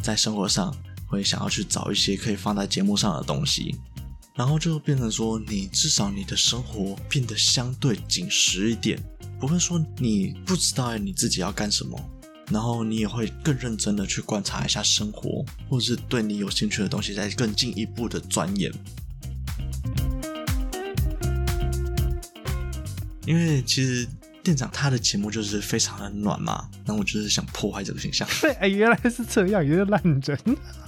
在生活上会想要去找一些可以放在节目上的东西，然后就变成说你至少你的生活变得相对紧实一点，不会说你不知道你自己要干什么，然后你也会更认真的去观察一下生活，或者是对你有兴趣的东西再更进一步的钻研。因为其实店长他的节目就是非常的暖嘛，那我就是想破坏这个形象。 对，原来是这样，有点烂人。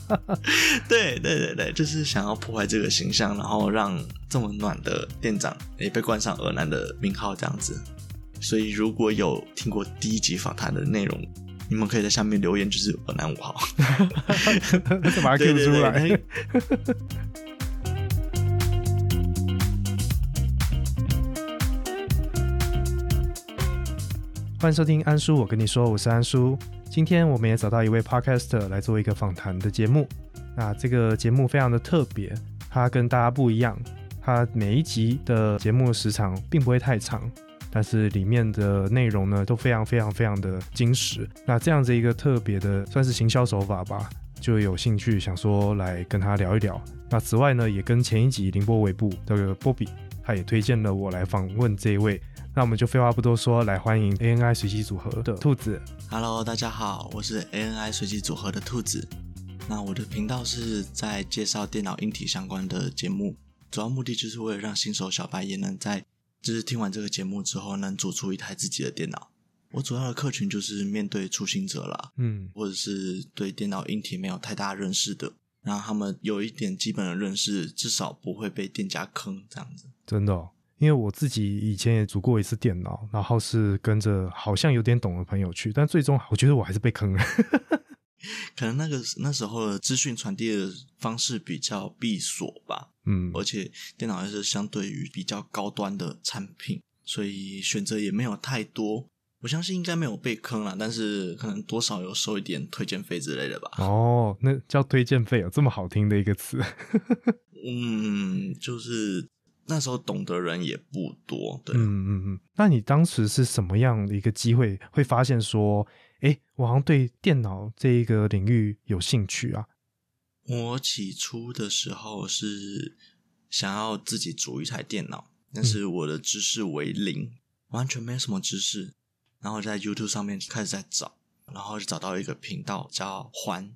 对，就是想要破坏这个形象，然后让这么暖的店长也被冠上耳男的名号这样子。所以如果有听过第一集访谈的内容，你们可以在下面留言，就是耳男5号。 再把它 Q 出来。 对欢迎收听安叔，我跟你说，我是安叔。今天我们也找到一位 podcaster 来做一个访谈的节目。那这个节目非常的特别，它跟大家不一样，它每一集的节目时长并不会太长，但是里面的内容呢都非常的精实。那这样子一个特别的算是行销手法吧，就有兴趣想说来跟他聊一聊。那此外呢，也跟前一集凌波微步的波比，他也推荐了我来访问这一位。那我们就废话不多说，来欢迎 ANI 随机组合的兔子。 Hello， 大家好，我是 ANI 随机组合的兔子。那我的频道是在介绍电脑硬体相关的节目，主要目的就是为了让新手小白也能在就是听完这个节目之后能组出一台自己的电脑。我主要的客群就是面对初心者啦，或者是对电脑硬体没有太大认识的，让他们有一点基本的认识，至少不会被店家坑这样子。 真的哦。因为我自己以前也组过一次电脑，然后是跟着好像有点懂的朋友去，但最终我觉得我还是被坑了。 可能那时候的资讯传递的方式比较闭锁吧，而且电脑也是相对于比较高端的产品，所以选择也没有太多。我相信应该没有被坑啦，但是可能多少有收一点推荐费之类的吧。 哦，那叫推荐费哦，这么好听的一个词。 就是那时候懂的人也不多，对。 那你当时是什么样的一个机会会发现说，我好像对电脑这一个领域有兴趣啊？ 我起初的时候是想要自己组一台电脑，但是我的知识为零，完全没什么知识，然后在 YouTube 上面开始在找，然后就找到一个频道叫环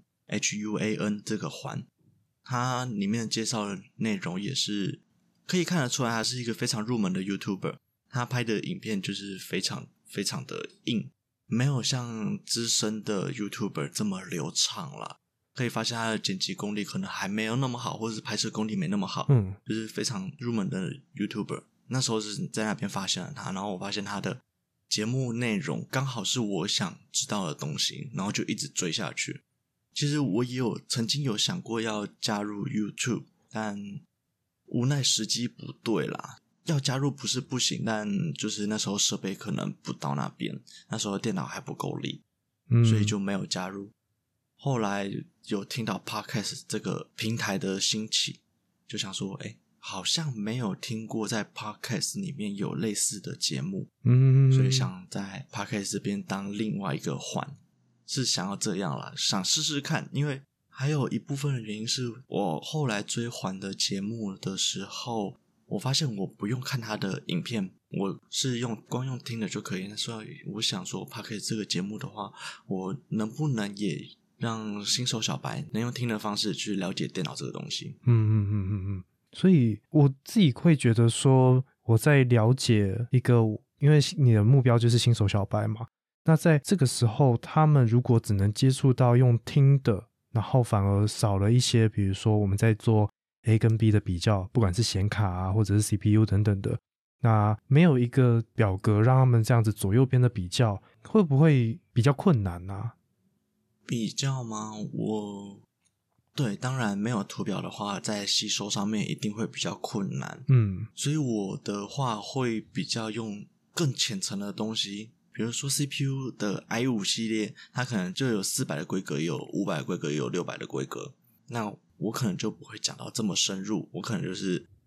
HUAN 这个环，它里面介绍的内容也是可以看得出来，他是一个非常入门的 YouTuber， 他拍的影片就是非常的硬，没有像资深的 YouTuber 这么流畅啦。可以发现他的剪辑功力可能还没有那么好，或者是拍摄功力没那么好，就是非常入门的 YouTuber。那时候是在那边发现了他，然后我发现他的节目内容刚好是我想知道的东西，然后就一直追下去。其实我也曾经有想过要加入 YouTube， 但无奈时机不对啦，要加入不是不行，但就是那时候设备可能不到那边，那时候电脑还不够力，所以就没有加入。后来有听到 Podcast 这个平台的兴起，就想说好像没有听过在 Podcast 里面有类似的节目，所以想在 Podcast 这边当另外一个环，是想要这样啦，想试试看。因为还有一部分的原因是我后来追环的节目的时候，我发现我不用看他的影片，我是光用听的就可以。所以我想说 Podcast 这个节目的话，我能不能也让新手小白能用听的方式去了解电脑这个东西。 所以我自己会觉得说，我在了解一个，因为你的目标就是新手小白嘛，那在这个时候他们如果只能接触到用听的，然后反而少了一些比如说我们在做 A 跟 B 的比较，不管是显卡啊或者是 CPU 等等的，那没有一个表格让他们这样子左右边的比较，会不会比较困难啊？ 比较吗？对，当然没有图表的话，在吸收上面一定会比较困难。所以我的话会比较用更浅层的东西，比如说 CPU 的 i5 系列，它可能就有400的规格，也有500的规格，也有600的规格。那我可能就不会讲到这么深入，我可能就是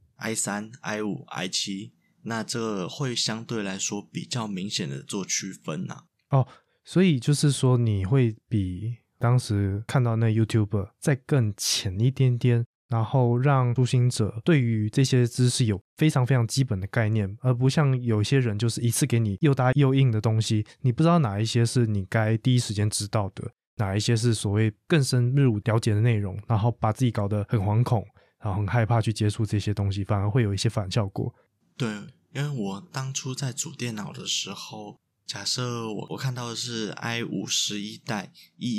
i3、i5、i7， 那这个会相对来说比较明显的做区分啊。 所以就是说你会比当时看到那 YouTuber 再更浅一点点，然后让初心者对于这些知识有非常非常基本的概念，而不像有些人就是一次给你又大又硬的东西，你不知道哪一些是你该第一时间知道的，哪一些是所谓更深入了解的内容，然后把自己搞得很惶恐，然后很害怕去接触这些东西，反而会有一些反效果。 对，因为我当初在组电脑的时候，假设我看到的是 i51 代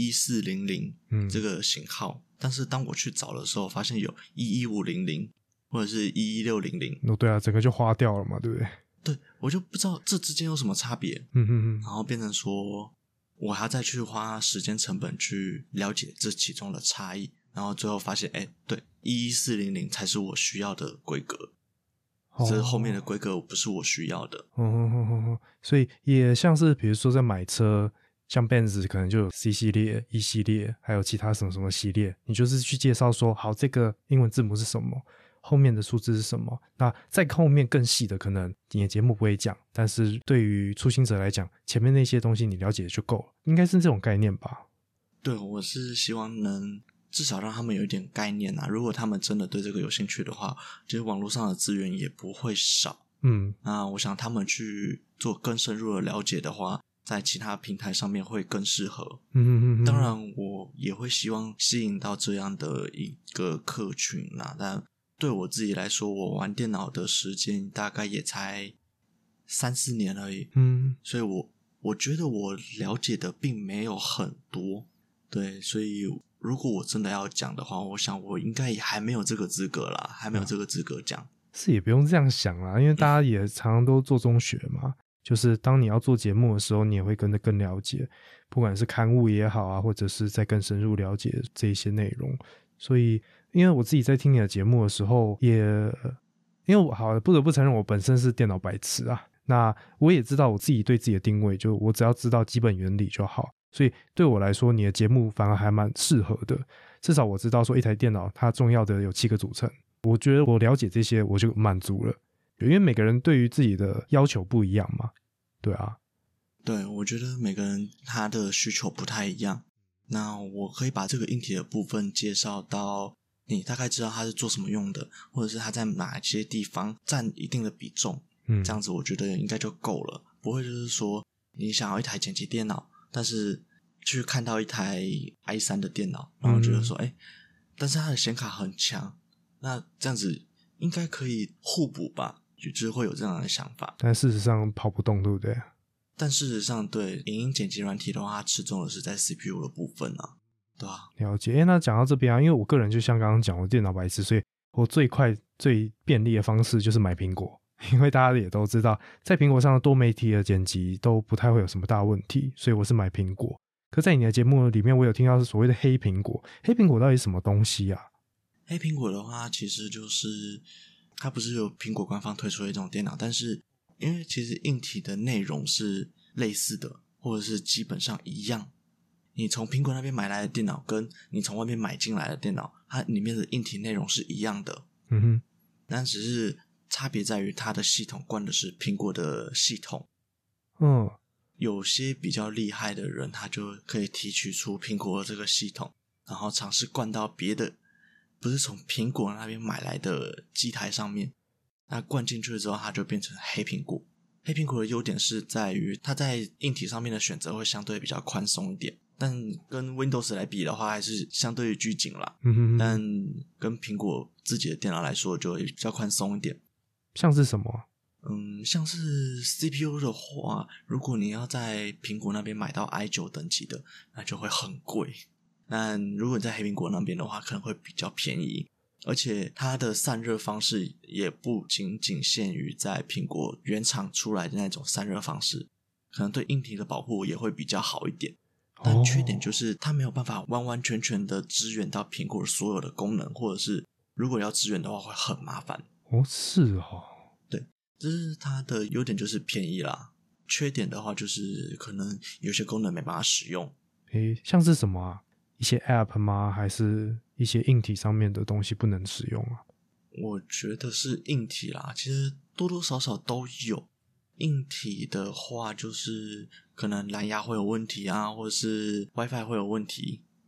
11400这个型号，但是当我去找的时候，发现有11500或者是11600。 对啊，整个就花掉了嘛，对不对？ 对，我就不知道这之间有什么差别。然后变成说我还要再去花时间成本去了解这其中的差异，然后最后发现对11400才是我需要的规格，这后面的规格不是我需要的。 所以也像是比如说在买车，像 Benz 可能就有 C 系列、E 系列，还有其他什么什么系列，你就是去介绍说好这个英文字母是什么，后面的数字是什么，那在后面更细的可能你的节目不会讲，但是对于初心者来讲，前面那些东西你了解就够了，应该是这种概念吧。 对，我是希望能至少让他们有一点概念啊，如果他们真的对这个有兴趣的话，其实网络上的资源也不会少。那我想他们去做更深入的了解的话，在其他平台上面会更适合。当然我也会希望吸引到这样的一个客群啦，但对我自己来说，我玩电脑的时间大概也才3-4年而已。所以我觉得我了解的并没有很多。对，所以如果我真的要讲的话，我想我应该也还没有这个资格啦，还没有这个资格讲。 是也不用这样想啦，因为大家也常常都做中学嘛，就是当你要做节目的时候，你也会跟着更了解，不管是刊物也好啊，或者是再更深入了解这一些内容。所以因为我自己在听你的节目的时候也，因为我好不得不承认我本身是电脑白痴啊，那我也知道我自己对自己的定位，就我只要知道基本原理就好，所以对我来说你的节目反而还蛮适合的，至少我知道说一台电脑它重要的有7个组成，我觉得我了解这些我就满足了，因为每个人对于自己的要求不一样嘛。对啊， 对，我觉得每个人他的需求不太一样，那我可以把这个硬体的部分介绍到你大概知道它是做什么用的，或者是它在哪些地方占一定的比重，这样子我觉得应该就够了，不会就是说你想要一台剪辑电脑，但是去看到一台 i3 的电脑，然后觉得说但是它的显卡很强，那这样子应该可以互补吧，就是会有这样的想法。 但事实上跑不动，对不对？ 但事实上对影音剪辑软体的话，它吃重的是在 CPU 的部分啊，对吧？ 了解。那讲到这边啊，因为我个人就像刚刚讲，我电脑白痴，所以我最快最便利的方式就是买苹果，因为大家也都知道在苹果上的多媒体的剪辑都不太会有什么大问题，所以我是买苹果。可在你的节目里面我有听到是所谓的黑苹果，黑苹果到底是什么东西啊？ 黑苹果的话其实就是它不是有苹果官方推出的一种电脑，但是因为其实硬体的内容是类似的，或者是基本上一样，你从苹果那边买来的电脑跟你从外面买进来的电脑，它里面的硬体内容是一样的，但只是差别在于它的系统灌的是苹果的系统。有些比较厉害的人他就可以提取出苹果的这个系统，然后尝试灌到别的不是从苹果那边买来的机台上面，那灌进去之后它就变成黑苹果。黑苹果的优点是在于它在硬体上面的选择会相对比较宽松一点，但跟 Windows 来比的话还是相对于拘谨啦。但跟苹果自己的电脑来说就会比较宽松一点。 像是什么？ 像是 CPU 的话，如果你要在苹果那边买到 i9 等级的，那就会很贵。但如果你在黑苹果那边的话，可能会比较便宜，而且它的散热方式也不仅仅限于在苹果原厂出来的那种散热方式，可能对硬体的保护也会比较好一点。但缺点就是它没有办法完完全全的支援到苹果所有的功能，或者是如果要支援的话会很麻烦。 是哦。 对，这是它的优点，就是便宜啦。缺点的话就是可能有些功能没办法使用。 像是什么啊？一些 App 吗？还是一些硬体上面的东西不能使用啊？ 我觉得是硬体啦，其实多多少少都有。硬体的话就是可能蓝牙会有问题啊，或者是 WiFi 会有问题，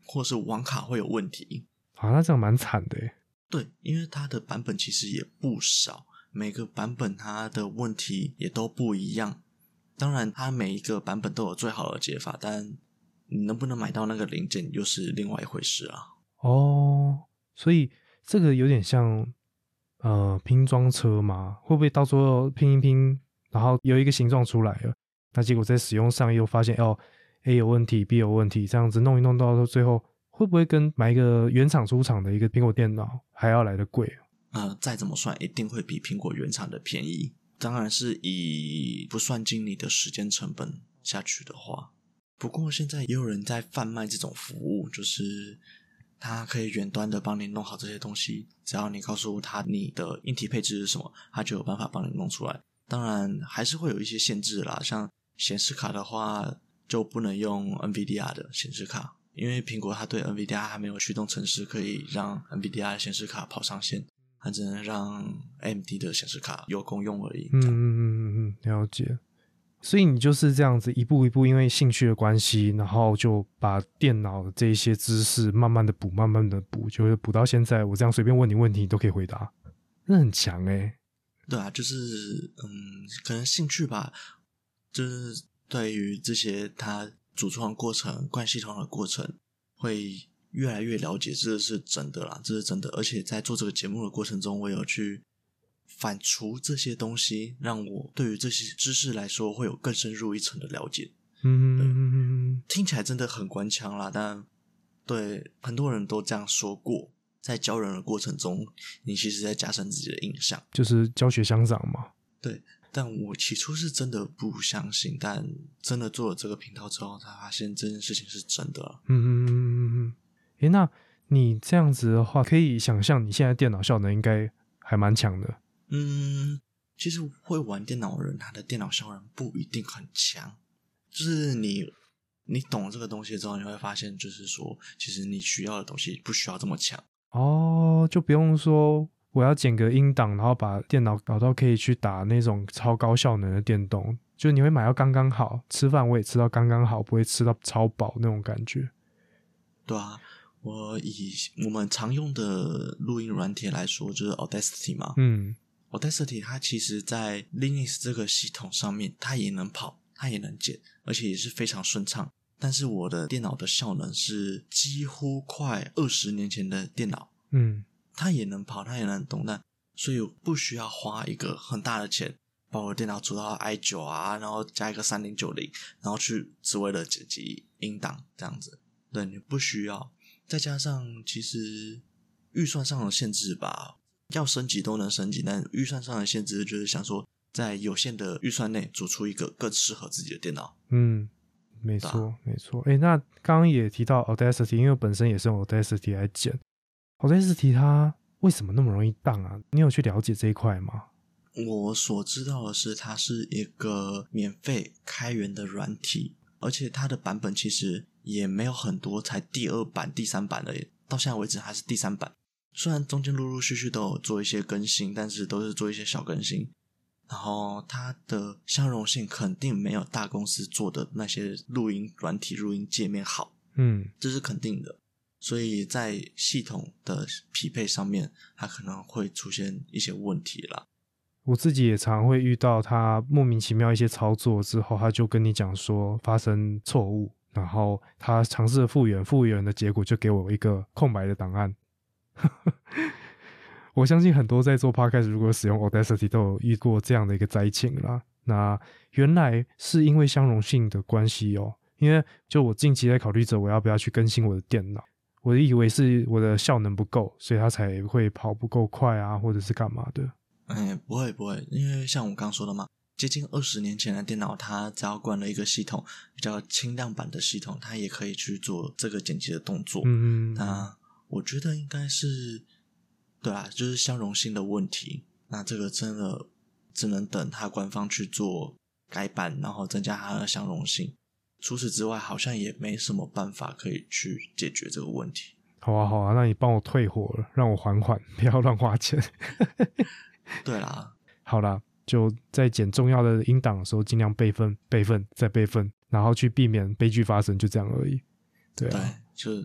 或是网卡会有问题。 啊，那这样蛮惨的耶。 对，因为它的版本其实也不少，每个版本它的问题也都不一样。当然它每一个版本都有最好的解法，但你能不能买到那个零件又是另外一回事啊。 哦，所以这个有点像拼装车嘛，会不会到时候拼一拼，然后有一个形状出来了，那结果在使用上又发现A 有问题 B 有问题，这样子弄一弄到最后会不会跟买一个原厂出厂的一个苹果电脑还要来得贵？ 再怎么算一定会比苹果原厂的便宜，当然是以不算进你的时间成本下去的话。不过现在也有人在贩卖这种服务，就是他可以远端的帮你弄好这些东西，只要你告诉他你的硬体配置是什么，他就有办法帮你弄出来。当然还是会有一些限制啦，像显示卡的话就不能用 NVIDIA 的显示卡，因为苹果它对 NVIDIA 还没有驱动程式可以让 NVIDIA 的显示卡跑上线，它只能让 AMD 的显示卡有功用而已。 了解。所以你就是这样子一步一步因为兴趣的关系，然后就把电脑的这一些知识慢慢的补慢慢的补，就会补到现在我这样随便问你问题你都可以回答，那很强欸。 对啊，就是可能兴趣吧，就是对于这些它组装的过程灌系统的过程会越来越了解，这是真的啦，这是真的。而且在做这个节目的过程中，我有去反刍这些东西，让我对于这些知识来说会有更深入一层的了解。听起来真的很官腔啦，但对很多人都这样说过，在教人的过程中你其实在加深自己的印象， 就是教学相长嘛。 对，但我起初是真的不相信，但真的做了这个频道之后才发现这件事情是真的了。 那你这样子的话可以想象你现在电脑效能应该还蛮强的。 其实会玩电脑的人他的电脑效能不一定很强，就是你懂这个东西之后你会发现就是说其实你需要的东西不需要这么强就不用说我要剪个音档然后把电脑搞到可以去打那种超高效能的电动，就你会买到刚刚好，吃饭我也吃到刚刚好，不会吃到超饱那种感觉。 对啊，我们常用的录音软体来说就是 Audacity 嘛。Audacity 它其实在 Linux 这个系统上面它也能跑，它也能剪，而且也是非常顺畅。但是我的电脑的效能是几乎快20年前的电脑，它也能跑，它也能动，但所以我不需要花一个很大的钱把我的电脑组到 i9 啊，然后加一个3090，然后去只为了剪辑音档这样子。对，你不需要。再加上其实预算上的限制吧，要升级都能升级，但预算上的限制就是想说在有限的预算内组出一个更适合自己的电脑。 没错没错。那刚刚也提到 Audacity， 因为我本身也是用 Audacity 来剪。Audacity 它为什么那么容易当啊？你有去了解这一块吗？ 我所知道的是它是一个免费开源的软体，而且它的版本其实也没有很多，才第2版第3版而已，到现在为止还是第3版。虽然中间陆陆续续都有做一些更新，但是都是做一些小更新，然后它的相容性肯定没有大公司做的那些录音软体录音界面好，这是肯定的。所以在系统的匹配上面它可能会出现一些问题啦。 我自己也常会遇到他莫名其妙一些操作之后他就跟你讲说发生错误，然后他尝试复原的结果就给我一个空白的档案。我相信很多在做 podcast 如果使用 Audacity 都有遇过这样的一个灾情啦。那原来是因为相容性的关系因为就我近期在考虑着我要不要去更新我的电脑，我以为是我的效能不够，所以它才会跑不够快啊，或者是干嘛的。 不会，因为像我刚刚说的嘛，接近20年前的电脑它只要灌了一个系统比较轻量版的系统，它也可以去做这个剪辑的动作。那我觉得应该是对啦，就是相容性的问题，那这个真的只能等它官方去做改版，然后增加它的相容性。除此之外好像也没什么办法可以去解决这个问题。 好啊，那你帮我退货了，让我缓缓，不要乱花钱。 对啦， 好啦，就在剪重要的音档的时候尽量备份再备份，然后去避免悲剧发生，就这样而已。对啊， 对，就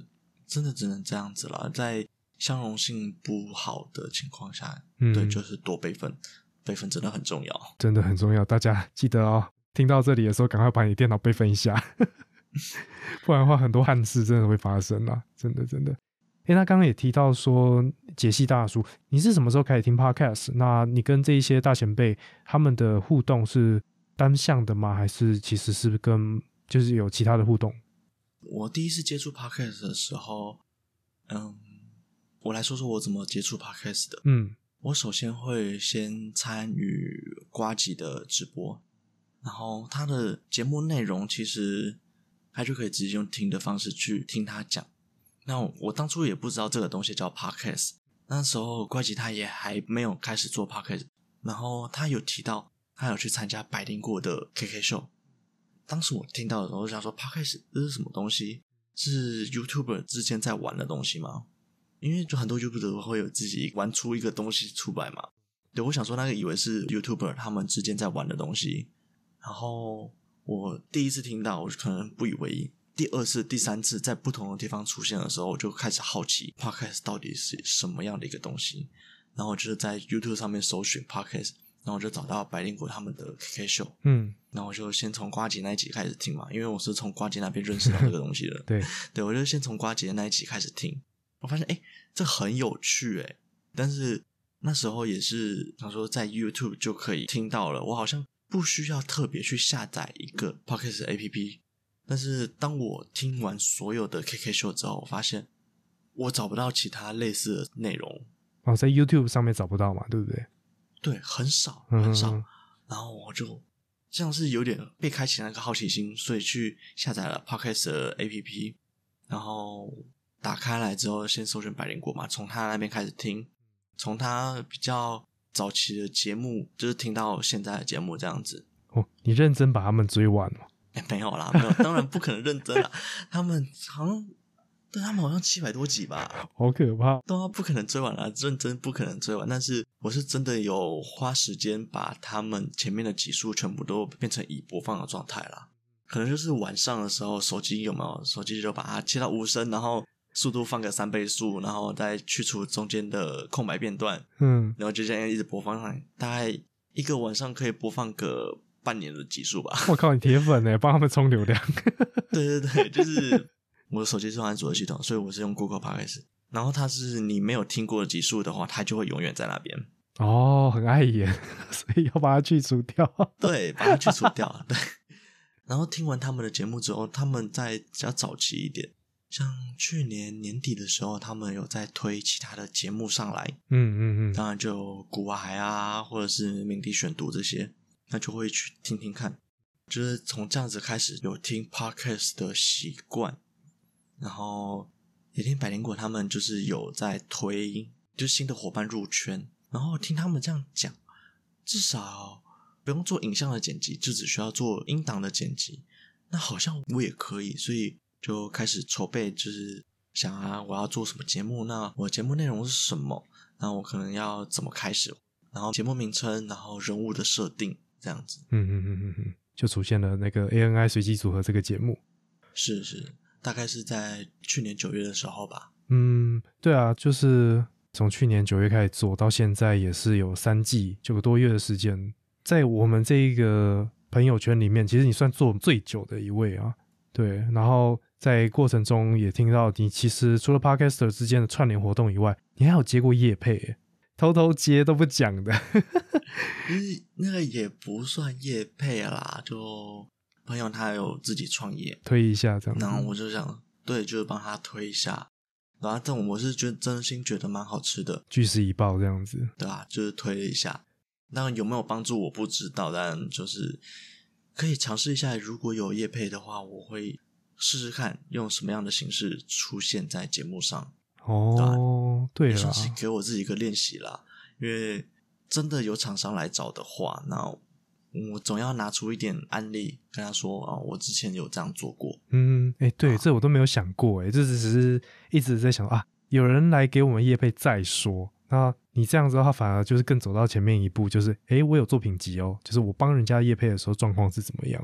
真的只能这样子啦，在相容性不好的情况下，对，就是多备份，备份真的很重要， 真的很重要，大家记得哦，听到这里的时候赶快把你电脑备份一下不然的话很多憾事真的会发生啦，真的真的。那刚刚也提到说解析大叔，你是什么时候开始听 podcast？ 那你跟这一些大前辈他们的互动是单向的吗？还是其实是跟就是有其他的互动？ 我第一次接触 podcast 的时候，我来说说我怎么接触 podcast 的。我首先会先参与呱吉的直播，然后他的节目内容其实他就可以直接用听的方式去听他讲。那我当初也不知道这个东西叫 podcast， 那时候呱吉他也还没有开始做 podcast， 然后他有提到他有去参加百灵果的 KK 秀。当时我听到的时候我想说 podcast 这是什么东西，是 YouTuber 之间在玩的东西吗？因为就很多 YouTuber 会有自己玩出一个东西出来嘛。对，我想说那个以为是 YouTuber 他们之间在玩的东西，然后我第一次听到我可能不以为意，第二次第三次在不同的地方出现的时候，我就开始好奇 podcast 到底是什么样的一个东西，然后我就是在 YouTube 上面搜寻 podcast， 然后我就找到百灵果他们的 KK 秀，然后我就先从呱吉那一集开始听嘛，因为我是从呱吉那边认识到这个东西的对，我就先从呱吉的那一集开始听，我发现这很有趣但是那时候也是想说在 YouTube 就可以听到了，我好像不需要特别去下载一个 podcast APP， 但是当我听完所有的 KK 秀之后，我发现我找不到其他类似的内容在 YouTube 上面找不到嘛，对不对？ 对，很少很少，然后我就像是有点被开启那个好奇心，所以去下载了 podcast 的 APP， 然后打开来之后先搜寻百灵果嘛，从他那边开始听，从他比较早期的节目就是听到现在的节目这样子。 你认真把他们追完吗？ 没有啦，没有，当然不可能认真啦他们好像700多集吧， 好可怕。 对啊，不可能追完啦，认真不可能追完，但是我是真的有花时间把他们前面的集数全部都变成已播放的状态啦。可能就是晚上的时候手机就把它切到无声，然后速度放个3倍速，然后再去除中间的空白片段，然后就这样一直播放上来，大概一个晚上可以播放个半年的集数吧。 我靠，你铁粉耶，帮他们冲流量对对对，就是我的手机是用安卓的系统，所以我是用 Google Podcast， 然后它是你没有听过的集数的话，它就会永远在那边。 很碍眼，所以要把它去除掉。 对，把它去除掉。对，然后听完他们的节目之后，他们在比较早期一点，像去年年底的时候，他们有在推其他的节目上来。当然就有股癌啊，或者是鸣笛选读这些，那就会去听听看。就是从这样子开始有听 podcast 的习惯，然后也听百灵果他们就是有在推就是新的伙伴入圈，然后听他们这样讲，至少不用做影像的剪辑，就只需要做音档的剪辑，那好像我也可以，所以就开始筹备，就是想我要做什么节目，那我节目内容是什么，那我可能要怎么开始，然后节目名称，然后人物的设定这样子。 就出现了那个 ANI 随机组合这个节目。 是，大概是在去年9月的时候吧。 对啊，就是从去年9月开始做到现在也是有3季9个多月的时间，在我们这一个朋友圈里面其实你算做最久的一位啊。对，然后在过程中也听到你其实除了 Podcaster 之间的串联活动以外，你还有接过业配耶，偷偷接都不讲的那个也不算业配啦，就朋友他有自己创业推一下这样子， 然后我就想对，就是帮他推一下，然后但我是真心觉得蛮好吃的， 据实以报这样子， 对啊，就是推了一下，当然有没有帮助我不知道，但就是可以尝试一下，如果有业配的话我会试试看用什么样的形式出现在节目上。 对啦， 也算是给我自己一个练习啦，因为真的有厂商来找的话，那我总要拿出一点案例跟他说我之前有这样做过。 对，这我都没有想过这只是一直在想有人来给我们业配再说，那你这样子的话反而就是更走到前面一步，就是我有作品集就是我帮人家业配的时候状况是怎么样。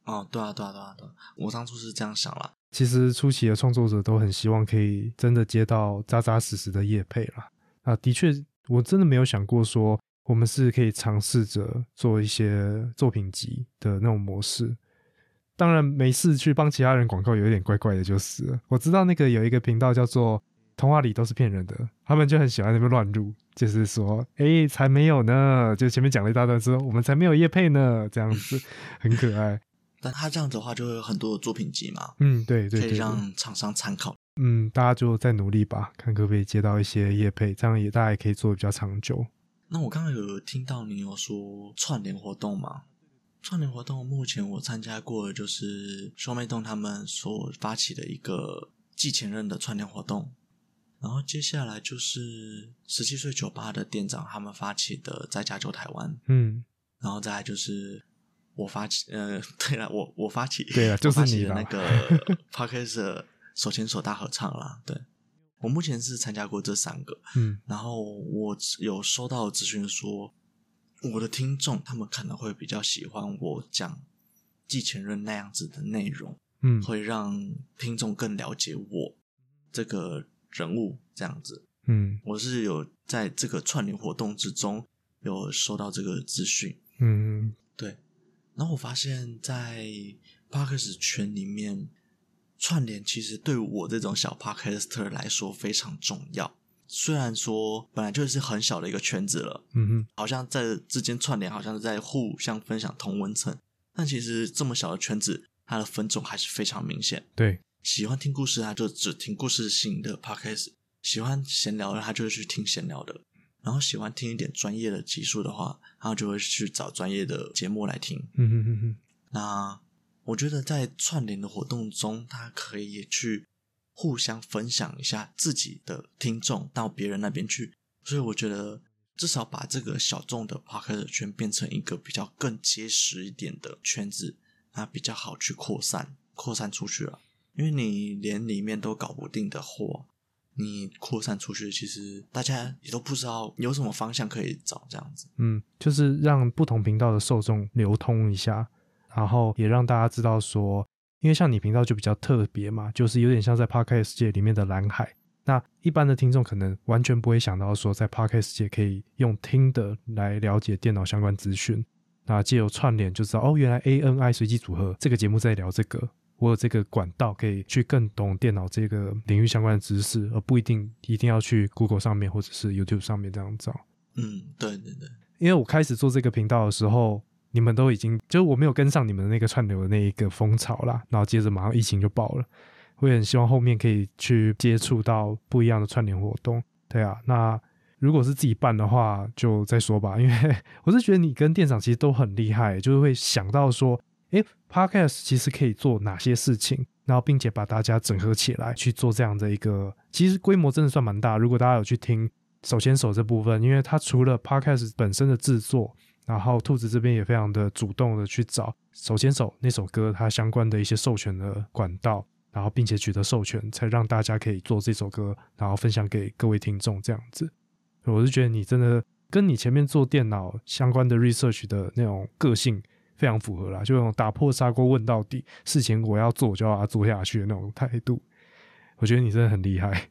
哦，对啊，对啊，对啊，对啊，我当初是这样想啦。 其实初期的创作者都很希望可以真的接到扎扎实实的业配啦。啊，的确，我真的没有想过说我们是可以尝试着做一些作品集的那种模式。当然，没事去帮其他人广告有点怪怪的，就是了。我知道那个有一个频道叫做童话里都是骗人的，他们就很喜欢那边乱入，就是说，才没有呢，就前面讲了一大段说我们才没有业配呢，这样子很可爱。 但他这样子的话，就会有很多的作品集嘛， 对对对， 可以让厂商参考。 大家就再努力吧，看可不可以接到一些业配，这样大家也可以做得比较长久。 那我刚刚有听到你有说串联活动嘛？串联活动目前我参加过的就是兄妹洞他们所发起的一个季前任的串联活动，然后接下来就是17岁酒吧的店长他们发起的在家救台湾，然后再来就是我发起，对了，我发起， 对了，就是你啦， 我发起的那个 Podcast 的手牵手大合唱啦，对。我目前是参加过这3个，然后我有收到资讯说，我的听众他们可能会比较喜欢我讲季前任那样子的内容，会让听众更了解我这个人物这样子，我是有在这个串联活动之中有收到这个资讯，对，然后我发现在 Podcast 圈里面。串联其实对我这种小 podcaster 来说非常重要，虽然说本来就是很小的一个圈子了，好像在之间串联好像是在互相分享同温层，但其实这么小的圈子它的分众还是非常明显。 对， 喜欢听故事他就只听故事性的 podcast， 喜欢闲聊的他就会去听闲聊的，然后喜欢听一点专业的集数的话他就会去找专业的节目来听。那我觉得在串联的活动中，他可以去互相分享一下自己的听众到别人那边去，所以我觉得至少把这个小众的 podcast 圈变成一个比较更结实一点的圈子，那比较好去扩散出去了。因为你连里面都搞不定的货，你扩散出去，其实大家也都不知道有什么方向可以找，这样子。 就是让不同频道的受众流通一下。然后也让大家知道说，因为像你频道就比较特别嘛，就是有点像在 Podcast 界里面的蓝海。那一般的听众可能完全不会想到说，在 Podcast 界可以用听的来了解电脑相关资讯。那藉由串联就知道，原来 ANI 随机组合这个节目在聊这个，我有这个管道可以去更懂电脑这个领域相关的知识，而不一定要去 Google 上面或者是 YouTube 上面这样找。 对对对。 因为我开始做这个频道的时候，你们都已经，就是我没有跟上你们的那个串流的那一个风潮啦，然后接着马上疫情就爆了。我也很希望后面可以去接触到不一样的串联活动。对啊，那如果是自己办的话就再说吧，因为我是觉得你跟店长其实都很厉害，就是会想到说Podcast 其实可以做哪些事情，然后并且把大家整合起来去做这样的一个，其实规模真的算蛮大。如果大家有去听手牵手这部分，因为它除了 Podcast 本身的制作，然后兔子这边也非常的主动的去找手牵手那首歌它相关的一些授权的管道，然后并且取得授权，才让大家可以做这首歌，然后分享给各位听众这样子。我是觉得你真的跟你前面做电脑相关的 research 的那种个性非常符合啦，就那种打破砂锅问到底，事情我要做就要把它做下去的那种态度，我觉得你真的很厉害。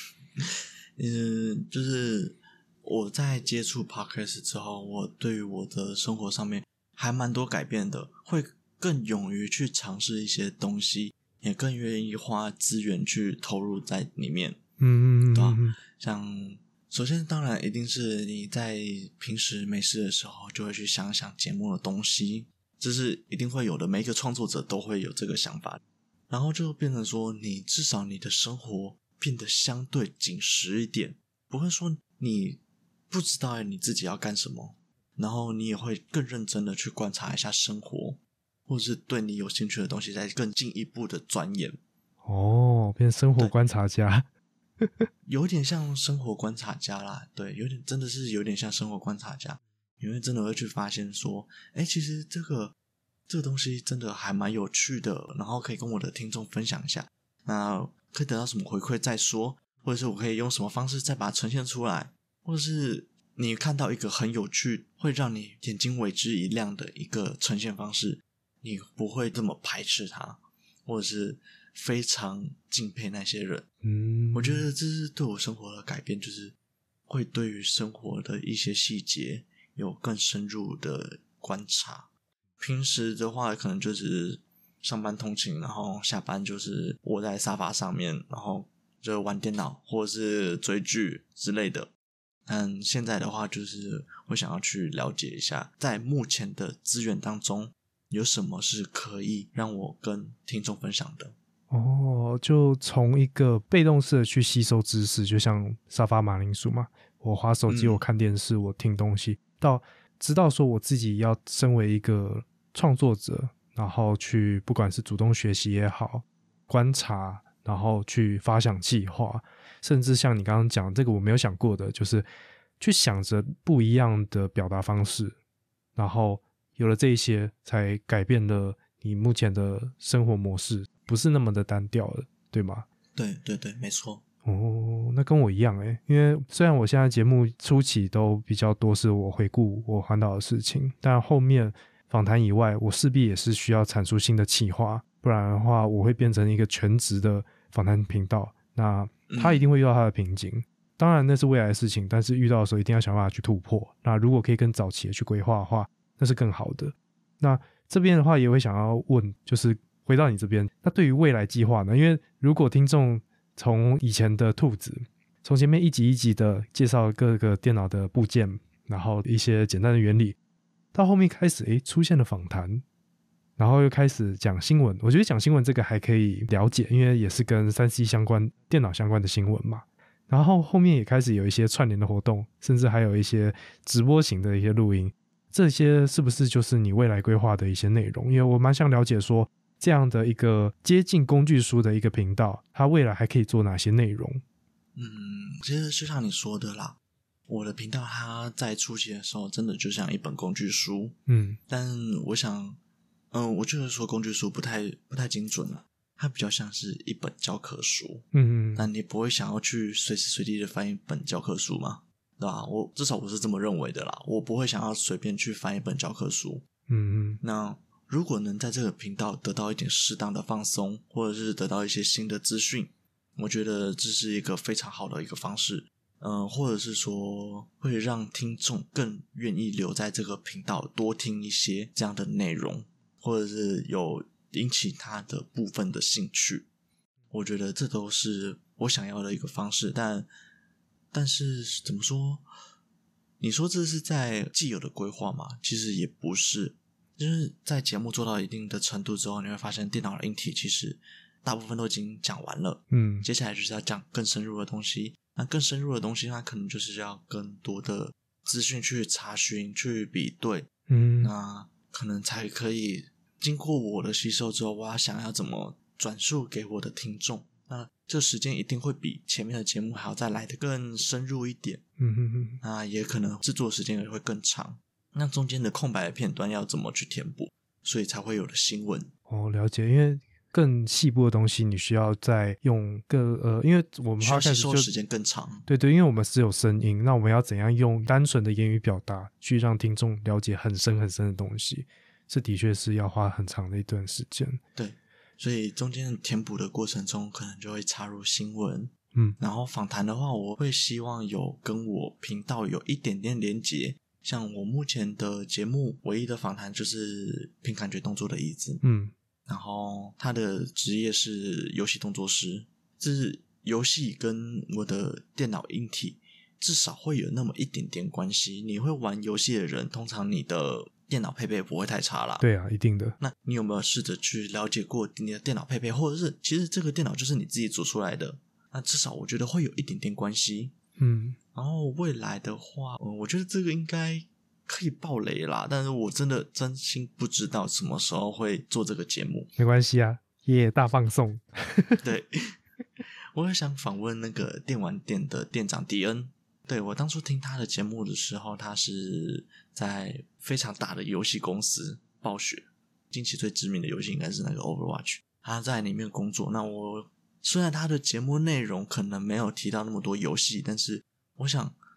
就是我在接触 Podcast 之后，我对于我的生活上面还蛮多改变的，会更勇于去尝试一些东西，也更愿意花资源去投入在里面。对吧？像首先当然一定是你在平时没事的时候就会去想想节目的东西，这是一定会有的，每一个创作者都会有这个想法，然后就变成说你至少你的生活变得相对紧实一点，不会说你不知道你自己要干什么，然后你也会更认真的去观察一下生活，或者是对你有兴趣的东西再更进一步的钻研。 变生活观察家。 有点像生活观察家啦，对，真的是有点像生活观察家，因为真的会去发现说，其实这个东西真的还蛮有趣的，然后可以跟我的听众分享一下，那可以得到什么回馈再说，或者是我可以用什么方式再把它呈现出来，或者是你看到一个很有趣会让你眼睛为之一亮的一个呈现方式， 你不会这么排斥他，或者是非常敬佩那些人。我觉得这是对我生活的改变，就是会对于生活的一些细节有更深入的观察。平时的话可能就是上班通勤，然后下班就是窝在沙发上面，然后就玩电脑或者是追剧之类的。但现在的话就是会想要去了解一下，在目前的资源当中有什么是可以让我跟听众分享的。 就从一个被动式的去吸收知识，就像沙发马铃薯嘛，我滑手机，我看电视，我听东西，到知道说我自己要身为一个创作者，然后去不管是主动学习也好，观察，然后去发想计划，甚至像你刚刚讲这个我没有想过的，就是去想着不一样的表达方式，然后有了这一些才改变了你目前的生活模式，不是那么的单调了，对吗？ 对对对，没错。 那跟我一样耶，因为虽然我现在节目初期都比较多是我回顾我环岛的事情，但后面访谈以外，我势必也是需要产出新的企划，不然的话我会变成一个全职的访谈频道，那他一定会遇到他的瓶颈，当然那是未来的事情，但是遇到的时候一定要想办法去突破，那如果可以更早期的去规划的话，那是更好的。那这边的话也会想要问，就是回到你这边，那对于未来计划呢？因为如果听众从以前的兔子，从前面一集一集的介绍各个电脑的部件，然后一些简单的原理，到后面开始出现了访谈，然后又开始讲新闻。我觉得讲新闻这个还可以了解，因为也是跟 3C 相关、电脑相关的新闻嘛。然后后面也开始有一些串联的活动，甚至还有一些直播型的一些录音，这些是不是就是你未来规划的一些内容？因为我蛮想了解说，这样的一个接近工具书的一个频道，它未来还可以做哪些内容？ 其实就像你说的啦，我的频道它在初期的时候真的就像一本工具书，但我想我觉得说工具书不太精准了，它比较像是一本教科书。但你不会想要去随时随地的翻一本教科书吗？对吧？至少我是这么认为的啦，我不会想要随便去翻一本教科书。那如果能在这个频道得到一点适当的放松，或者是得到一些新的资讯，我觉得这是一个非常好的一个方式。或者是说会让听众更愿意留在这个频道多听一些这样的内容，或者是有引起他的部分的兴趣，我觉得这都是我想要的一个方式。但是怎么说，你说这是在既有的规划吗？其实也不是，就是在节目做到一定的程度之后，你会发现电脑的硬体其实大部分都已经讲完了，接下来就是要讲更深入的东西。那更深入的东西，它可能就是要更多的资讯去查询、去比对，那可能才可以经过我的吸收之后，我想要怎么转述给我的听众，那这时间一定会比前面的节目还要再来得更深入一点。那也可能制作时间也会更长，那中间的空白的片段要怎么去填补，所以才会有了新闻。 了解，因为更细部的东西你需要再用因为我们需要吸收时间更长。 对，因为我们是有声音，那我们要怎样用单纯的言语表达去让听众了解很深很深的东西，这的确是要花很长的一段时间。 对，所以中间填补的过程中可能就会插入新闻，然后访谈的话我会希望有跟我频道有一点点连结，像我目前的节目唯一的访谈就是凭感觉动作的椅子，然后他的职业是游戏动作师，这是游戏跟我的电脑硬体至少会有那么一点点关系。你会玩游戏的人，通常你的电脑配备不会太差啦。 对啊，一定的。 那你有没有试着去了解过你的电脑配备，或者是其实这个电脑就是你自己做出来的？那至少我觉得会有一点点关系。然后未来的话，我觉得这个应该可以爆雷啦，但是我真心不知道什么时候会做这个节目。 没关系啊，大放送。 对，我也想访问那个电玩店的店长迪恩。对，我当初听他的节目的时候，他是在非常大的游戏公司暴雪，近期最知名的游戏应该是那个 Overwatch， 他在里面工作。那我虽然他的节目内容可能没有提到那么多游戏，但是我想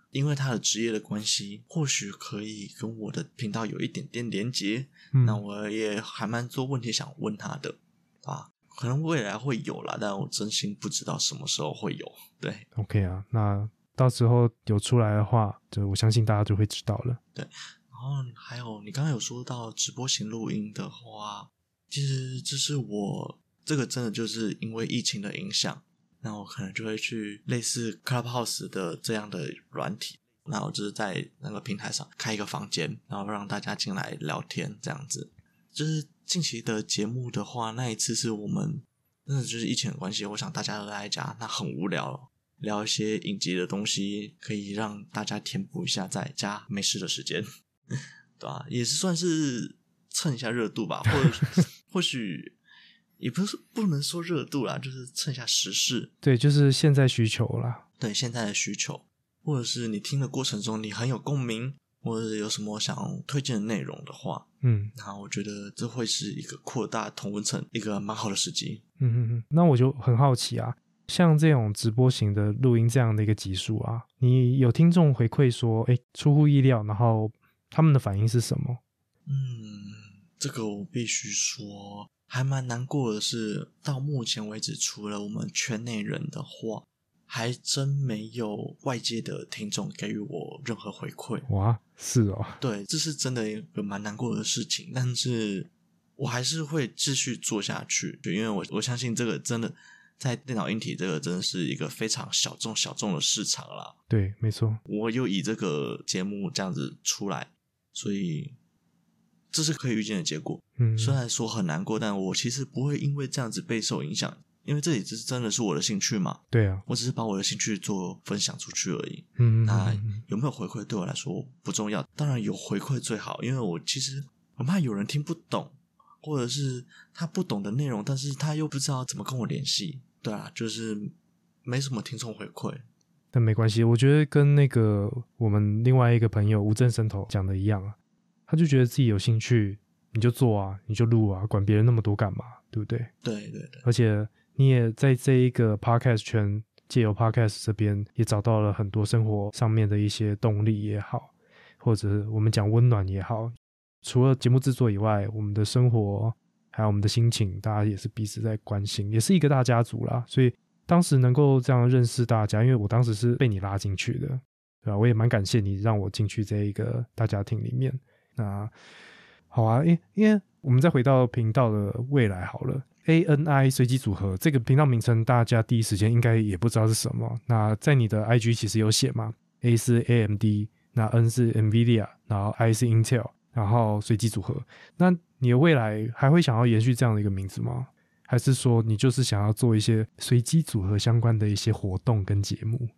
因为他的职业的关系，或许可以跟我的频道有一点点连结。那我也还蛮多问题想问他的啊，可能未来会有啦，但我真心不知道什么时候会有。对 ，OK 啊，那到时候有出来的话，就我相信大家就会知道了。 对，然后还有你刚刚有说到直播型录音的话，其实这是我这个真的就是因为疫情的影响，那我可能就会去类似 Clubhouse 的这样的软体，那我就是在那个平台上开一个房间，然后让大家进来聊天这样子。就是近期的节目的话，那一次是我们真的就是疫情的关系，我想大家都在家，那很无聊，聊一些影集的东西，可以让大家填补一下在家没事的时间，对吧？也是算是蹭一下热度吧，或许也不能说热度啦，就是蹭一下时事。 对，就是现在需求啦。 对，现在的需求，或者是你听的过程中你很有共鸣，或者是有什么想推荐的内容的话，那我觉得这会是一个扩大同温层一个蛮好的时机。 那我就很好奇啊，像这种直播型的录音这样的一个集数啊，你有听众回馈说出乎意料，然后他们的反应是什么？ 这个我必须说还蛮难过的是，到目前为止除了我们圈内人的话，还真没有外界的听众给予我任何回馈。 哇，是哦。 对，这是真的一个蛮难过的事情，但是我还是会继续做下去，因为我相信这个真的在电脑硬体这个真的是一个非常小众的市场啦。 对，没错。 我又以这个节目这样子出来，所以这是可以预见的结果。虽然说很难过，但我其实不会因为这样子备受影响，因为这也真的是我的兴趣嘛。 对啊， 我只是把我的兴趣做分享出去而已。那有没有回馈对我来说不重要，当然有回馈最好，因为我其实很怕有人听不懂，或者是他不懂的内容，但是他又不知道怎么跟我联系。对啊，就是没什么听众回馈。 但没关系，我觉得跟那个我们另外一个朋友吴正生头讲的一样啊，他就觉得自己有兴趣你就做啊，你就录啊，管别人那么多干嘛，对不对？ 对对对。 而且你也在这一个 podcast 圈，借由 podcast 这边也找到了很多生活上面的一些动力也好，或者我们讲温暖也好，除了节目制作以外，我们的生活还有我们的心情，大家也是彼此在关心，也是一个大家族啦。所以当时能够这样认识大家，因为我当时是被你拉进去的，对吧？我也蛮感谢你让我进去这一个大家庭里面。那好啊，因为我们再回到频道的未来好了。ANI 随机组合这个频道名称，大家第一时间应该也不知道是什么。那在你的 IG 其实有写嘛 ，A 是 AMD， 那 N 是 NVIDIA， 然后 I 是 Intel， 然后随机组合。那你的未来还会想要延续这样的一个名字吗？还是说你就是想要做一些随机组合相关的一些活动跟节目？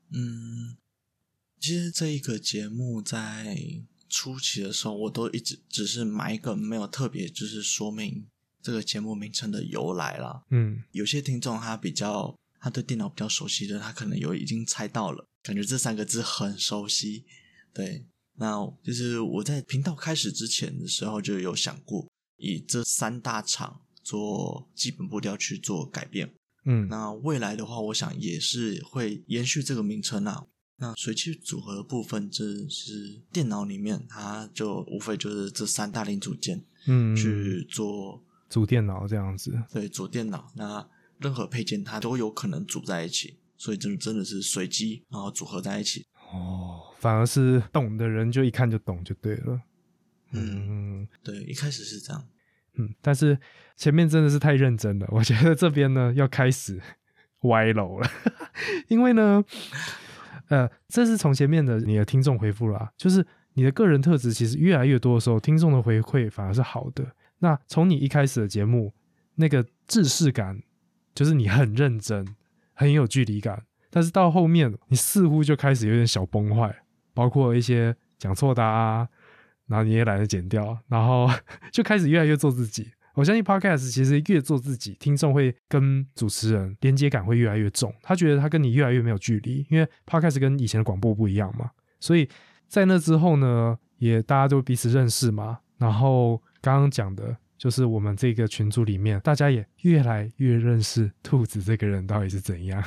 其实这一个节目在初期的时候，我都一直只是埋梗，没有特别就是说明这个节目名称的由来啦。有些听众他对电脑比较熟悉的，他可能已经猜到了，感觉这3个字很熟悉。对，那就是我在频道开始之前的时候就有想过，以这3大厂做基本步调去做改变。那未来的话，我想也是会延续这个名称啊。那随机组合的部分，这是电脑里面它就无非就是这3大零组件去做组电脑这样子。 对，组电脑，那任何配件它都有可能组在一起，所以真的是随机然后组合在一起。 反而是懂的人就一看就懂就对了。 对，一开始是这样。 但是前面真的是太认真了，我觉得这边呢要开始歪楼了因为呢这是从前面的你的听众回复啦，就是你的个人特质其实越来越多的时候，听众的回馈反而是好的。那从你一开始的节目那个制式感，就是你很认真很有距离感，但是到后面你似乎就开始有点小崩坏，包括一些讲错的啊，然后你也懒得剪掉，然后就开始越来越做自己。我相信 podcast 其实越做自己，听众会跟主持人连接感会越来越重，他觉得他跟你越来越没有距离，因为 podcast 跟以前的广播不一样嘛。所以在那之后呢，也大家都彼此认识嘛，然后刚刚讲的就是我们这个群组里面大家也越来越认识兔子这个人到底是怎样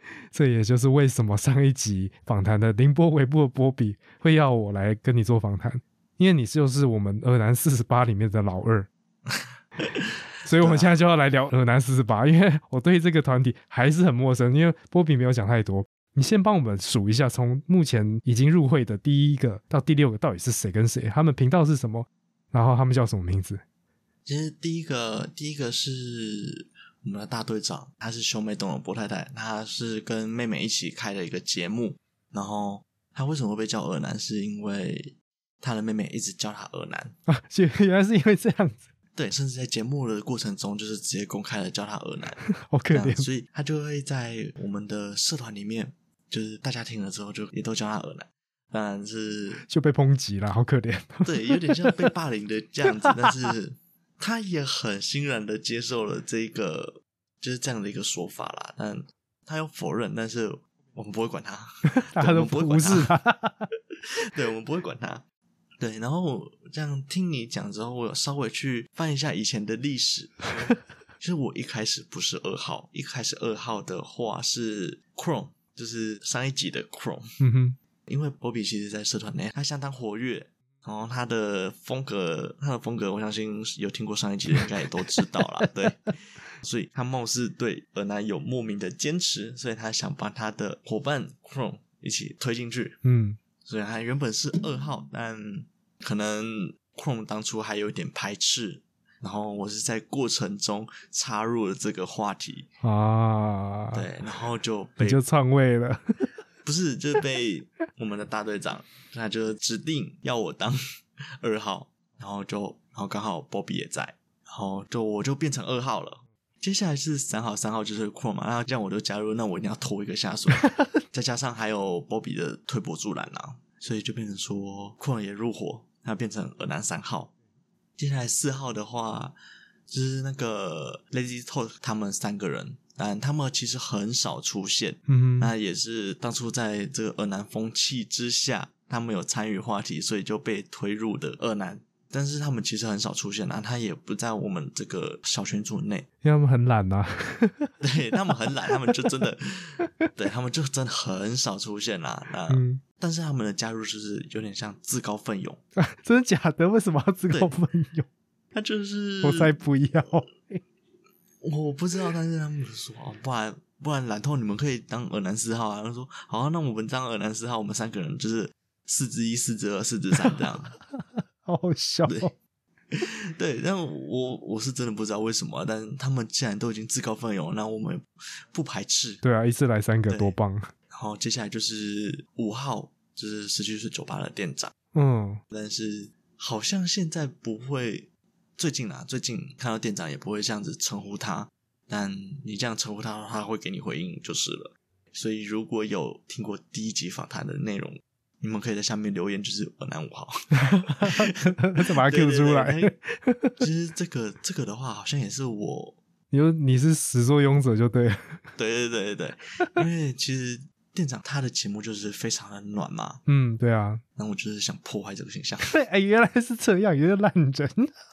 这也就是为什么上一集访谈的凌波微步的波比会要我来跟你做访谈，因为你就是我们尔南48里面的老二。所以我们现在就要来聊尔南48，因为我对这个团体还是很陌生，因为波比没有讲太多。你先帮我们数一下，从目前已经入会的第1个到第6个到底是谁跟谁，他们频道是什么，然后他们叫什么名字？ 其实第一个是我们的大队长，他是兄妹洞的波太太，他是跟妹妹一起开了一个节目，然后他为什么会被叫尔南，是因为他的妹妹一直叫他尔南啊，原来是因为这样子。 对，甚至在节目的过程中就是直接公开的叫他尔南好可怜。 所以他就会在我们的社团里面，就是大家听了之后就也都叫他尔南，当然是就被抨击了，好可怜。 对，有点像被霸凌的这样子，但是他也很欣然的接受了这个就是这样的一个说法啦，但他有否认，但是我们不会管他， 大家都无视他。 对，我们不会管他。对，然后这样听你讲之后，我有稍微去翻一下以前的历史。其实我一开始不是2号，一开始2号的话是 Chrome， 就是上一集的 Chrome。 嗯哼， 因为波比其实在社团内他相当活跃，然后他的风格我相信有听过上一集的应该也都知道啦。对，所以他貌似对尔南有莫名的坚持，所以他想把他的伙伴 Chrome 一起推进去。所以他原本是2号，但可能 Chrome 当初还有点排斥，然后我是在过程中插入了这个话题啊，对，然后就被你就篡位了。 不是，就是被我们的大队长他就指定要我当2号，然后刚好 Bobby 也在，然后我就变成2号了。接下来是3号就是 Chrome 嘛，然后这样我就加入，那我一定要拖一个下水，再加上还有 Bobby 的推波助澜啊，所以就变成说 Chrome 也入伙，他变成尔南3号。接下来4号的话就是那个 Lazy Talk 他们3个人，但他们其实很少出现，那也是当初在这个尔南风气之下，他们有参与话题，所以就被推入的尔南。但是他们其实很少出现啦，他也不在我们这个小群组内， 因为他们很懒啊。 对，他们很懒，他们就真的对，他们就真的很少出现啦。但是他们的加入就是有点像自告奋勇。 真的假的？为什么要自告奋勇？ 他就是我才不要。 我不知道，但是他们说不然懒透你们可以当尔南4号啊。他说好啊，那我们当尔南4号，我们3个人就是4之1、4之2、4之3这样。 好好笑。 对，但我是真的不知道为什么啊，但他们既然都已经自告奋勇，那我们不排斥。 对啊，一次来3个多棒。 然后接下来就是5号，就是17岁酒吧的店长。但是好像现在不会，最近看到店长也不会这样子称呼他，但你这样称呼他，他会给你回应就是了。所以如果有听过第1集访谈的内容，你们可以在下面留言，就是尔南5号。 再把它 Q 出来。 其实这个的话，好像也是我。 你是始作俑者就对了。 对，因为其实店长他的节目就是非常的暖嘛。 对啊。 那我就是想破坏这个形象。 对，原来是这样，有点烂人。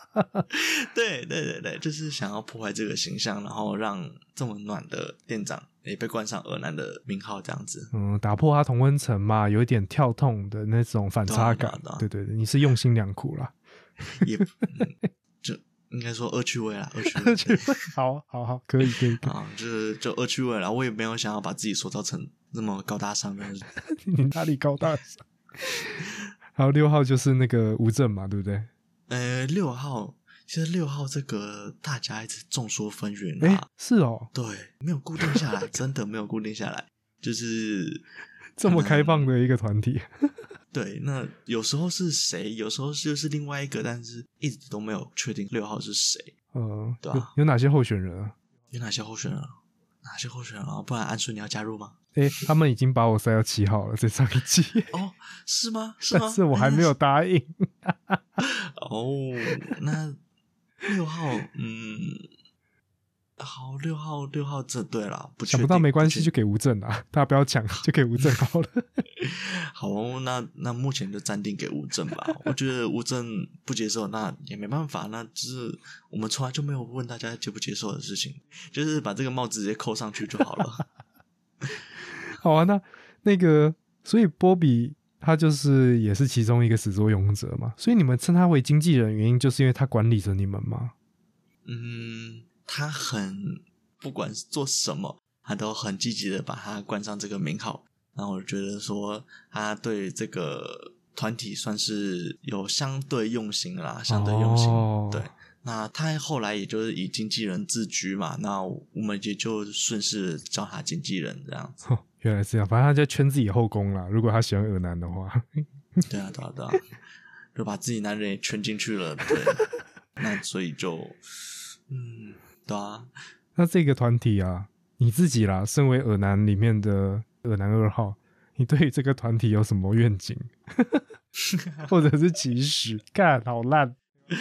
对，就是想要破坏这个形象，然后让这么暖的店长也被冠上尔南的名号，这样子。 打破他同温层嘛，有一点跳痛的那种反差感。对，你是用心良苦啦。 也就应该说恶趣味啦， 恶趣味。好，可以啊，就恶趣味啦。我也没有想要把自己塑造成那么高大上的。 你哪里高大上？还有6号就是那个吴正嘛，对不对 ？6号，其实6号这个大家一直众说纷纭啦。 是哦， 对，没有固定下来，真的没有固定下来，就是这么开放的一个团体。 对，那有时候是谁，有时候就是另外一个，但是一直都没有确定6号是谁。对吧？ 有哪些候选人啊？ 哪些候选人啊？不然安顺你要加入吗？ 他们已经把我塞到7号了，在上一季。 哦，是吗？ 但是我还没有答应。 那6号，好，6号这对了，不确定， 想不到没关系，就给吴正啊，大家不要抢，就给吴正好了。 好，那目前就暂定给吴正吧。我觉得吴正不接受，那也没办法，那就是我们从来就没有问大家接不接受的事情，就是把这个帽子直接扣上去就好了。 好啊，那个，所以波比他就是也是其中一个始作俑者嘛，所以你们称他为经纪人，原因就是因为他管理着你们吗？ 他很不管是做什么，他都很积极的把他冠上这个名号。然后我觉得说，他对这个团体算是有相对用心啦，相对用心。对，那他后来也就是以经纪人自居嘛，那我们也就顺势叫他经纪人这样子。 原来是这样，反正他在圈自己后宫啦。如果他喜欢耳男的话， 对啊，就把自己男人也圈进去了。对，那所以就，对啊。 那这个团体啊，你自己啦，身为耳男里面的耳男2号，你对于这个团体有什么愿景，或者是期许？干，好烂。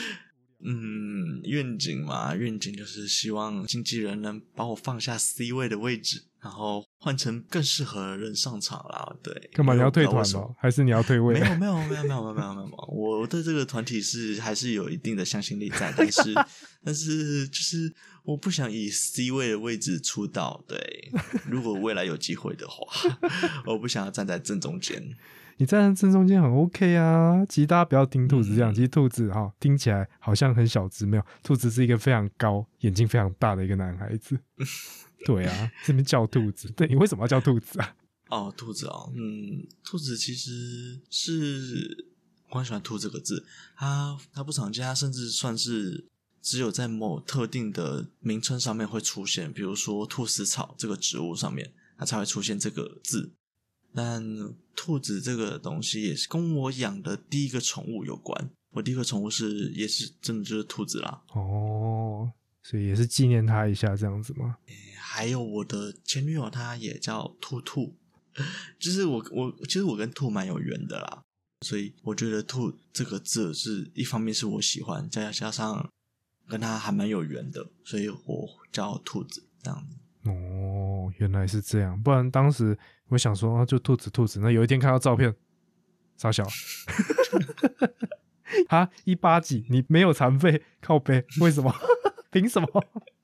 愿景嘛，愿景就是希望经纪人能把我放下 C 位的位置，然后换成更适合的人上场啦。对， 干嘛你要退团哦？还是你要退位？ 没有，我对这个团体还是有一定的向心力在，但是就是我不想以 C 位的位置出道。对，如果未来有机会的话，我不想要站在正中间。 你站在正中间很 OK 啊，其实大家不要听兔子这样，其实兔子听起来好像很小只，没有，兔子是一个非常高、眼睛非常大的一个男孩子。对啊，这边叫兔子，对，你为什么要叫兔子啊？ 兔子兔子其实是我很喜欢兔这个字，它不常见，它甚至算是只有在某特定的名称上面会出现，比如说菟丝草这个植物上面，它才会出现这个字。但兔子这个东西也是跟我养的第一个宠物有关，我第一个宠物也是真的就是兔子啦。 所以也是纪念他一下这样子吗？ 还有我的前女友她也叫兔兔，就是其实我跟兔蛮有缘的啦，所以我觉得兔这个字是一方面是我喜欢，再加上跟他还蛮有缘的，所以我叫兔子这样子。 原来是这样，不然当时我想说就兔子，那有一天看到照片傻小哈180几，你没有残废靠背，为什么？凭什么？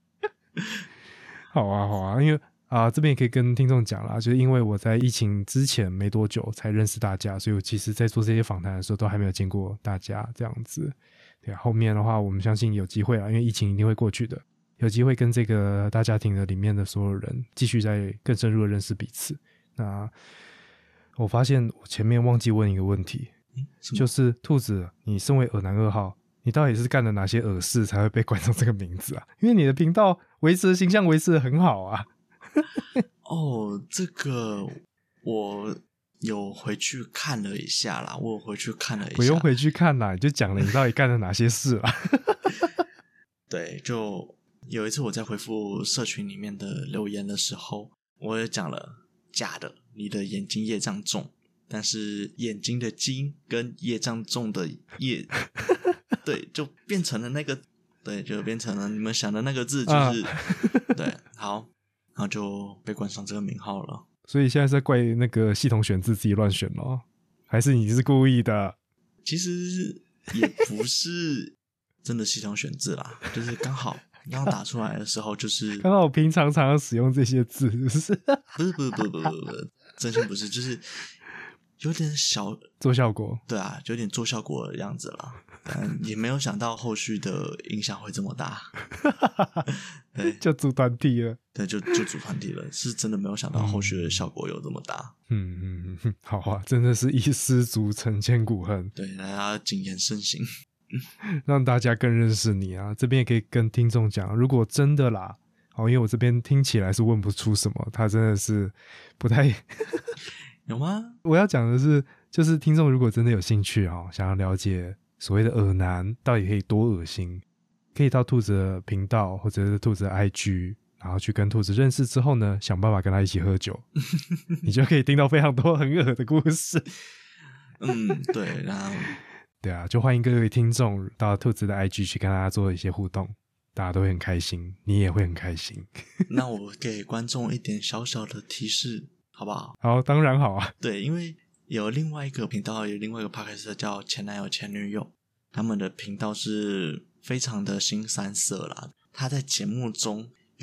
好啊，因为这边也可以跟听众讲啦，就是因为我在疫情之前没多久才认识大家，所以我其实在做这些访谈的时候都还没有见过大家这样子。对啊，后面的话我们相信有机会啦，因为疫情一定会过去的，有机会跟这个大家庭的里面的所有人继续再更深入的认识彼此。那我发现我前面忘记问一个问题，就是兔子，你身为耳男2号，你到底是干了哪些耳事才会被冠上这个名字啊？因为你的频道形象维持得很好啊。 这个我有回去看了一下啦，不用回去看啦，你就讲了你到底干了哪些事啦。 对，就有一次我在回复社群里面的留言的时候，我也讲了假的，你的眼睛业障重，但是眼睛的睛跟业障重的业对，就变成了那个，对，就变成了你们想的那个字，就是对，好，然后就被冠上这个名号了。 所以现在是在怪那个系统选字自己乱选咯，还是你是故意的？ 其实也不是真的系统选字啦，就是刚好打出来的时候，就是刚好我平常常使用这些字，是不是？ 不，真心不是，就是有点小做效果。 对啊，有点做效果的样子啦，但也没有想到后续的影响会这么大。对， 就组团体了。 对，就组团体了，是真的没有想到后续的效果有这么大。 好啊，真的是一失足成千古恨。 对，大家谨言慎行。 让大家更认识你啊！这边也可以跟听众讲，如果真的啦，因为我这边听起来是问不出什么，他真的是不太有吗？ 我要讲的是，就是听众如果真的有兴趣想要了解所谓的耳男到底可以多恶心，可以到兔子的频道或者是兔子的 IG， 然后去跟兔子认识之后呢，想办法跟他一起喝酒，你就可以听到非常多很恶的故事。 对，然后。 对啊，就欢迎各位听众到兔子的 IG 去跟大家做一些互动，大家都会很开心，你也会很开心。 那我给观众一点小小的提示好不好？ 好，当然好啊。 对，因为有另外一个频道，有另外一个 podcast 叫前男友前女友，他们的频道是非常的新三色啦，他在节目中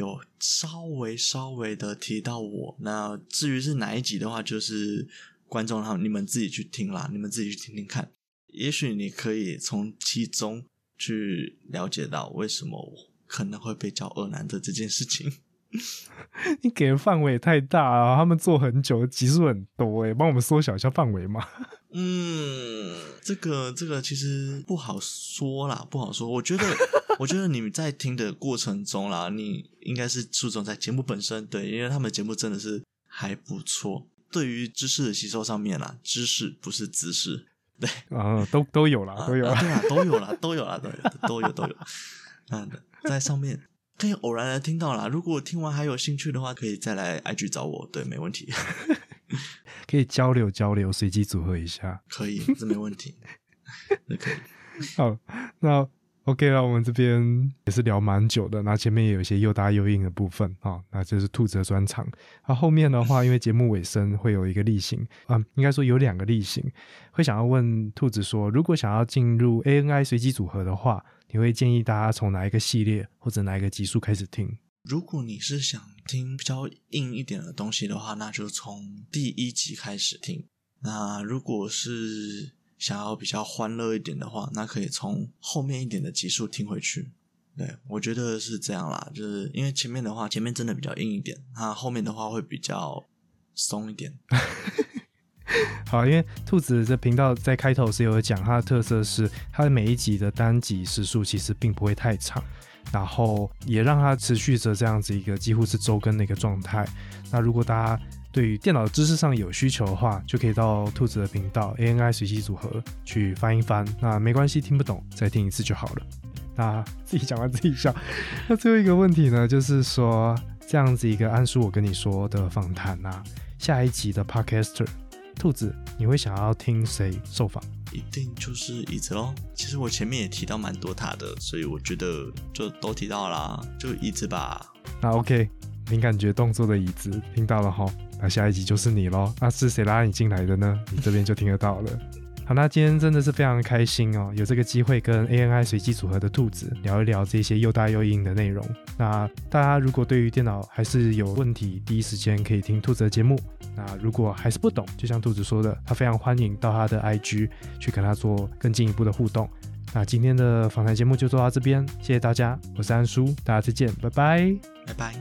有稍微的提到我。那至于是哪一集的话，就是观众你们自己去听啦，你们自己去听听看，也许你可以从其中去了解到为什么我可能会被叫二男的这件事情。 你给的范围也太大了，他们做很久，集数很多帮我们缩小一下范围嘛。 这个其实不好说啦，不好说。我觉得你们在听的过程中啦，你应该是注重在节目本身，对，因为他们的节目真的是还不错。对于知识的吸收上面啦，知识不是知识，对都有啦，都有啦， 对啦，都有啦，都有。在上面可以偶然的听到啦，如果听完还有兴趣的话，可以再来 IG 找我，对，没问题。 可以交流，随机组合一下， 可以，这没问题，这可以。 好，那 OK 了，我们这边也是聊蛮久的，那前面也有一些又大又硬的部分那这是兔子的专场。后面的话，因为节目尾声会有一个例行应该说有2个例行，会想要问兔子说，如果想要进入 ANI 随机组合的话，你会建议大家从哪一个系列或者哪一个集数开始听？ 如果你是想听比较硬一点的东西的话，那就从第1集开始听。那如果是想要比较欢乐一点的话，那可以从后面一点的集数听回去。对，我觉得是这样啦，就是因为前面真的比较硬一点，那后面的话会比较松一点。 好，因为兔子这频道在开头是有讲，它的特色是它的每一集的单集时数其实并不会太长，然后也让它持续着这样子一个几乎是周更的一个状态。那如果大家对于电脑的知识上有需求的话，就可以到兔子的频道 ANI 随机组合去翻一翻，那没关系，听不懂再听一次就好了。那自己讲完自己笑。那最后一个问题呢，就是说这样子一个安叔我跟你说的访谈下一集的 Podcaster 兔子你会想要听谁受访？ 一定就是椅子咯。其实我前面也提到蛮多他的，所以我觉得就都提到啦，就椅子吧。 那 OK， 凭感觉动作的椅子听到了齁，那下一集就是你咯。那是谁拉你进来的呢？你这边就听得到了。好，那今天真的是非常开心有这个机会跟 ANI 随机组合的兔子聊一聊这些又大又硬的内容。那大家如果对于电脑还是有问题，第一时间可以听兔子的节目。那如果还是不懂，就像兔子说的，他非常欢迎到他的 IG 去跟他做更进一步的互动。那今天的访谈节目就做到这边，谢谢大家，我是安叔，大家再见，拜拜， 拜拜。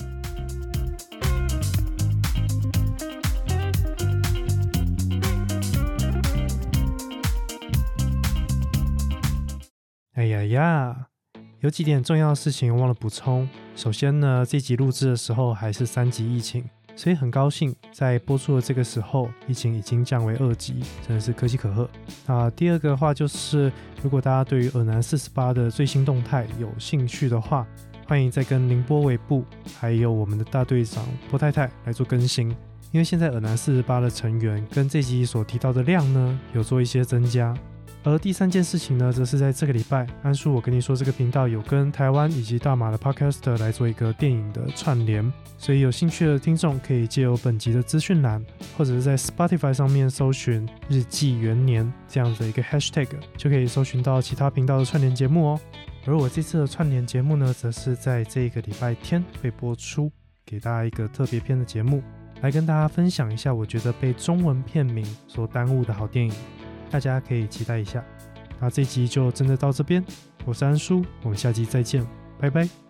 哎呀，有几点重要的事情忘了补充。首先呢，这集录制的时候还是3级疫情，所以很高兴在播出的这个时候，疫情已经降为2级，真的是可喜可贺。那第二个的话就是，如果大家对于尔南48的最新动态有兴趣的话，欢迎再跟凌波微步还有我们的大队长波太太来做更新，因为现在尔南48的成员跟这集所提到的量呢有做一些增加。而第3件事情呢，则是在这个礼拜，安叔我跟你说这个频道有跟台湾以及大马的 Podcaster 来做一个电影的串联，所以有兴趣的听众可以借由本集的资讯栏，或者是在 Spotify 上面搜寻日记元年这样的一个 hashtag， 就可以搜寻到其他频道的串联节目哦。而我这次的串联节目呢，则是在这个礼拜天会播出，给大家一个特别篇的节目，来跟大家分享一下我觉得被中文片名所耽误的好电影，大家可以期待一下。那这集就真的到这边，我是安叔，我们下集再见，拜拜。